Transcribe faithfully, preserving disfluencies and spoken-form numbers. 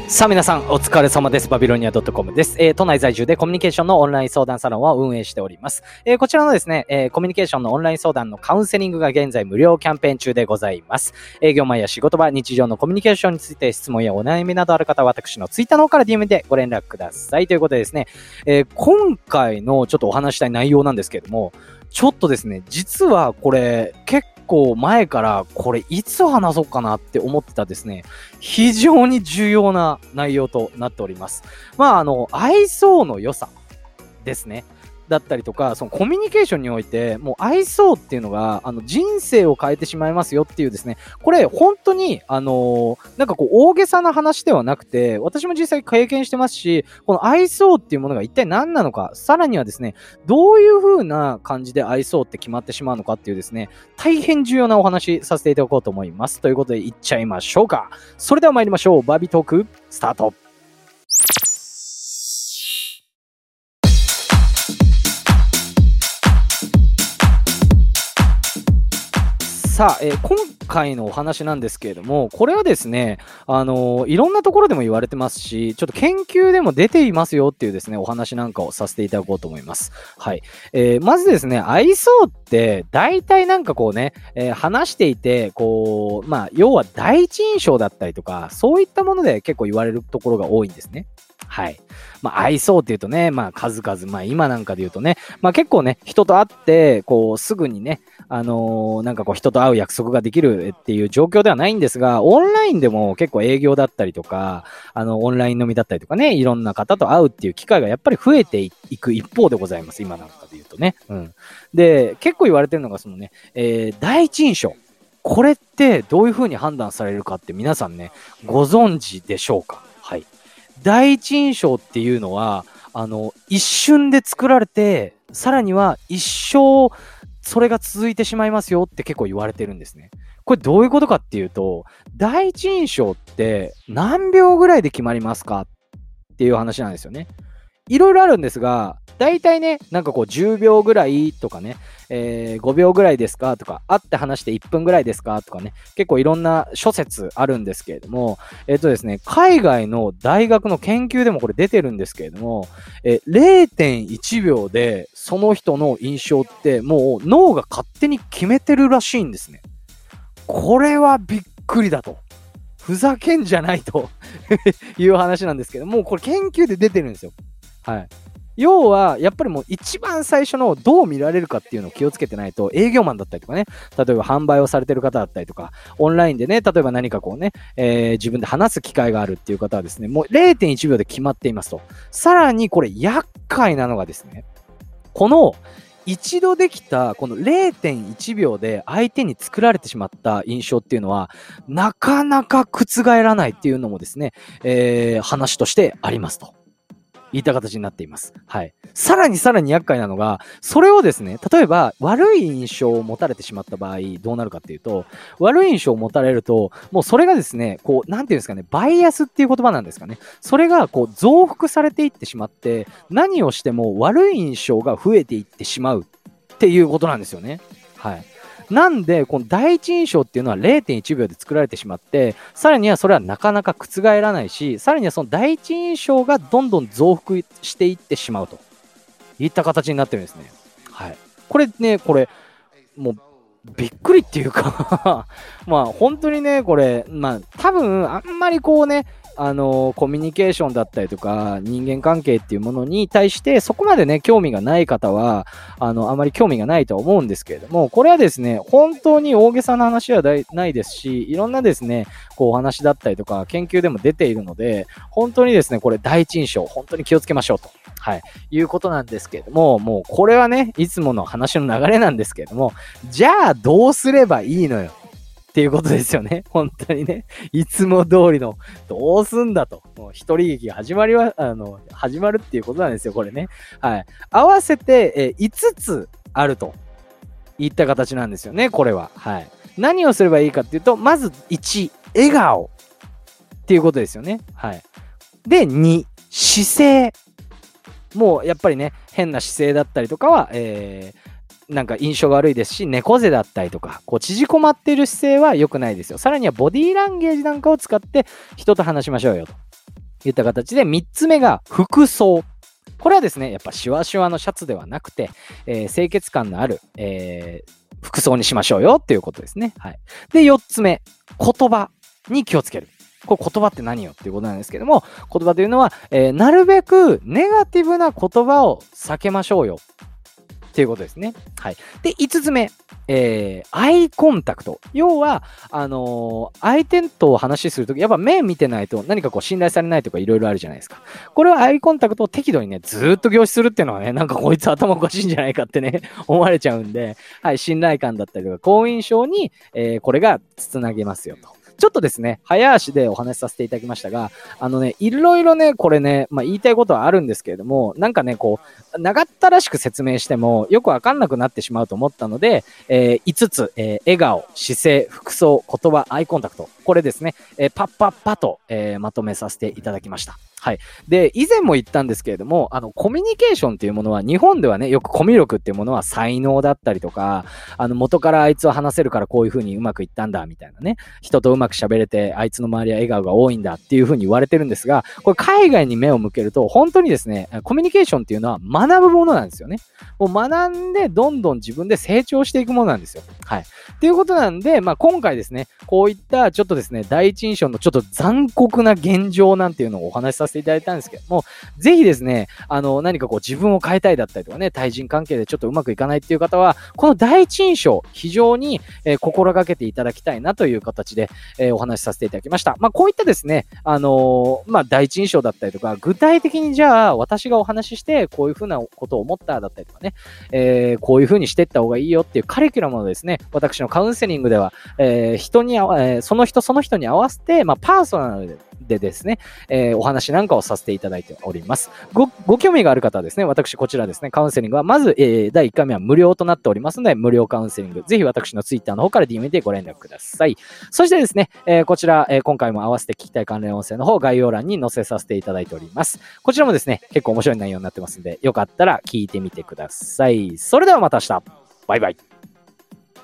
さあ皆さんお疲れ様です。バビロニア .com です、えー、都内在住でコミュニケーションのオンライン相談サロンを運営しております、えー、こちらのですね、えー、コミュニケーションのオンライン相談のカウンセリングが現在無料キャンペーン中でございます。営業マンや仕事場、日常のコミュニケーションについて質問やお悩みなどある方は私のツイッターの方から ディーエム でご連絡くださいということでですね、えー、今回のちょっとお話したい内容なんですけれども、ちょっとですね、実はこれ結構結構前からこれいつ話そうかなって思ってたですね、非常に重要な内容となっております。まああの愛想の良さですねだったりとか、そのコミュニケーションにおいてもう愛想っていうのがあの人生を変えてしまいますよっていうですね、これ本当にあのー、なんかこう大げさな話ではなくて、私も実際経験してますし、この愛想っていうものが一体何なのか、さらにはですね、どういう風な感じで愛想って決まってしまうのかっていうですね、大変重要なお話させていただこうと思います。ということでいっちゃいましょうか。それでは参りましょう。バビトークスタート。さあ、えー、今回のお話なんですけれども、これはですね、あのー、いろんなところでも言われてますし、ちょっと研究でも出ていますよっていうですね、お話なんかをさせていただこうと思います。はい。えー、まずですね、愛想って、大体なんかこうね、えー、話していて、こう、まあ、要は第一印象だったりとか、そういったもので結構言われるところが多いんですね。はい。まあ、愛想っていうとね、まあ、数々、まあ、今なんかで言うとね、まあ、結構ね、人と会って、こう、すぐにね、あのー、なんかこう、人と会う約束ができるっていう状況ではないんですが、オンラインでも結構営業だったりとか、あの、オンライン飲みだったりとかね、いろんな方と会うっていう機会がやっぱり増えていく一方でございます。今なんかで言うとね。うん。で、結構言われてるのが、そのね、えー、第一印象。これってどういうふうに判断されるかって皆さんね、ご存知でしょうか？はい。第一印象っていうのは、あの、一瞬で作られて、さらには一生それが続いてしまいますよって結構言われてるんですね。これどういうことかっていうと、第一印象って何秒ぐらいで決まりますかっていう話なんですよね。いろいろあるんですが、大体ね、なんかこうじゅうびょうぐらいとかね、えー、ごびょうぐらいですかとか、会って話していっぷんぐらいですかとかね、結構いろんな諸説あるんですけれども、えっとですね、海外の大学の研究でもこれ出てるんですけれども、え れいてんいちびょうでその人の印象ってもう脳が勝手に決めてるらしいんですね。これはびっくりだと。ふざけんじゃないという話なんですけども、これ研究で出てるんですよ。はい。要は、やっぱりもう一番最初のどう見られるかっていうのを気をつけてないと、営業マンだったりとかね、例えば販売をされてる方だったりとか、オンラインでね、例えば何かこうね、えー、自分で話す機会があるっていう方はですね、もう れいてんいちびょうで決まっていますと。さらにこれ厄介なのがですね、この一度できたこの れいてんいちびょうで相手に作られてしまった印象っていうのは、なかなか覆らないっていうのもですね、えー、話としてありますと。いった形になっています。はい。さらにさらに厄介なのが、それをですね、例えば悪い印象を持たれてしまった場合、どうなるかっていうと、悪い印象を持たれると、もうそれがですね、こう、なんていうんですかね、バイアスっていう言葉なんですかね。それがこう増幅されていってしまって、何をしても悪い印象が増えていってしまうっていうことなんですよね。はい。なんで、この第一印象っていうのは れいてんいちびょうで作られてしまって、さらにはそれはなかなか覆らないし、さらにはその第一印象がどんどん増幅していってしまうといった形になってるんですね。はい。これね、これ、もう、びっくりっていうかまあ本当にね、これ、まあ多分あんまりこうね、あのー、コミュニケーションだったりとか人間関係っていうものに対してそこまでね興味がない方はあのあまり興味がないと思うんですけれども、これはですね本当に大げさな話はないですし、いろんなですねこうお話だったりとか研究でも出ているので、本当にですねこれ第一印象本当に気をつけましょうと、はい、いうことなんですけれども、もうこれはねいつもの話の流れなんですけれども、じゃあどうすればいいのよっていうことですよね。本当にね。いつも通りの、どうすんだと。もう一人劇が始まりは、あの、始まるっていうことなんですよ、これね。はい。合わせて、えー、いつつあるといった形なんですよね、これは。はい。何をすればいいかっていうと、まずいち、笑顔っていうことですよね。はい。で、に、姿勢。もうやっぱりね、変な姿勢だったりとかは、えー、なんか印象が悪いですし、猫背だったりとか、こう縮こまっている姿勢は良くないですよ。さらにはボディーランゲージなんかを使って人と話しましょうよといった形で、みっつめが服装。これはですね、やっぱシワシワのシャツではなくて、えー、清潔感のある、えー、服装にしましょうよっていうことですね。はい。で、よっつめ、言葉に気をつける。これ言葉って何よっていうことなんですけども、言葉というのは、えー、なるべくネガティブな言葉を避けましょうよっていうことですね。はい。で、いつつめ、えー、アイコンタクト。要は、あのー、相手と話するとき、やっぱ目見てないと何かこう信頼されないとかいろいろあるじゃないですか。これはアイコンタクトを適度にね、ずーっと凝視するっていうのはね、なんかこいつ頭おかしいんじゃないかってね、思われちゃうんで、はい、信頼感だったりとか、好印象に、えー、これがつなげますよと。ちょっとですね、早足でお話しさせていただきましたが、あのね、いろいろね、これね、まあ、言いたいことはあるんですけれども、なんかね、こう、長ったらしく説明しても、よくわかんなくなってしまうと思ったので、えー、いつつ、えー、笑顔、姿勢、服装、言葉、アイコンタクト、これですね、えー、パッパッパと、えー、まとめさせていただきました。はい。で、以前も言ったんですけれども、あの、コミュニケーションっていうものは、日本ではね、よくコミュ力っていうものは才能だったりとか、あの、元からあいつは話せるからこういう風にうまくいったんだ、みたいなね。人とうまく喋れて、あいつの周りは笑顔が多いんだっていう風に言われてるんですが、これ海外に目を向けると、本当にですね、コミュニケーションっていうのは学ぶものなんですよね。もう学んで、どんどん自分で成長していくものなんですよ。はい。っていうことなんで、まあ、今回ですね、こういったちょっとですね、第一印象のちょっと残酷な現状なんていうのをお話しさせていただいたんですけども、ぜひですね、あの、何かこう自分を変えたいだったりとかね、対人関係でちょっとうまくいかないっていう方は、この第一印象、非常に、えー、心がけていただきたいなという形で、えー、お話しさせていただきました。まあ、こういったですね、あのー、まあ、第一印象だったりとか、具体的にじゃあ、私がお話しして、こういうふうなことを思っただったりとかね、えー、こういうふうにしていった方がいいよっていうカリキュラムをですね、私のカウンセリングでは、えー、人にあわ、えー、その人その人に合わせて、まあ、パーソナルで、でですね、えー、お話なんかをさせていただいております。ご、ご興味がある方はですね、私こちらですね、カウンセリングは、まず、えー、だいいっかいめは無料となっておりますので、無料カウンセリング、ぜひ私のツイッターの方から ディーエム でご連絡ください。そしてですね、えー、こちら、えー、今回も合わせて聞きたい関連音声の方、概要欄に載せさせていただいております。こちらもですね、結構面白い内容になってますので、よかったら聞いてみてください。それではまた明日。バイバイ。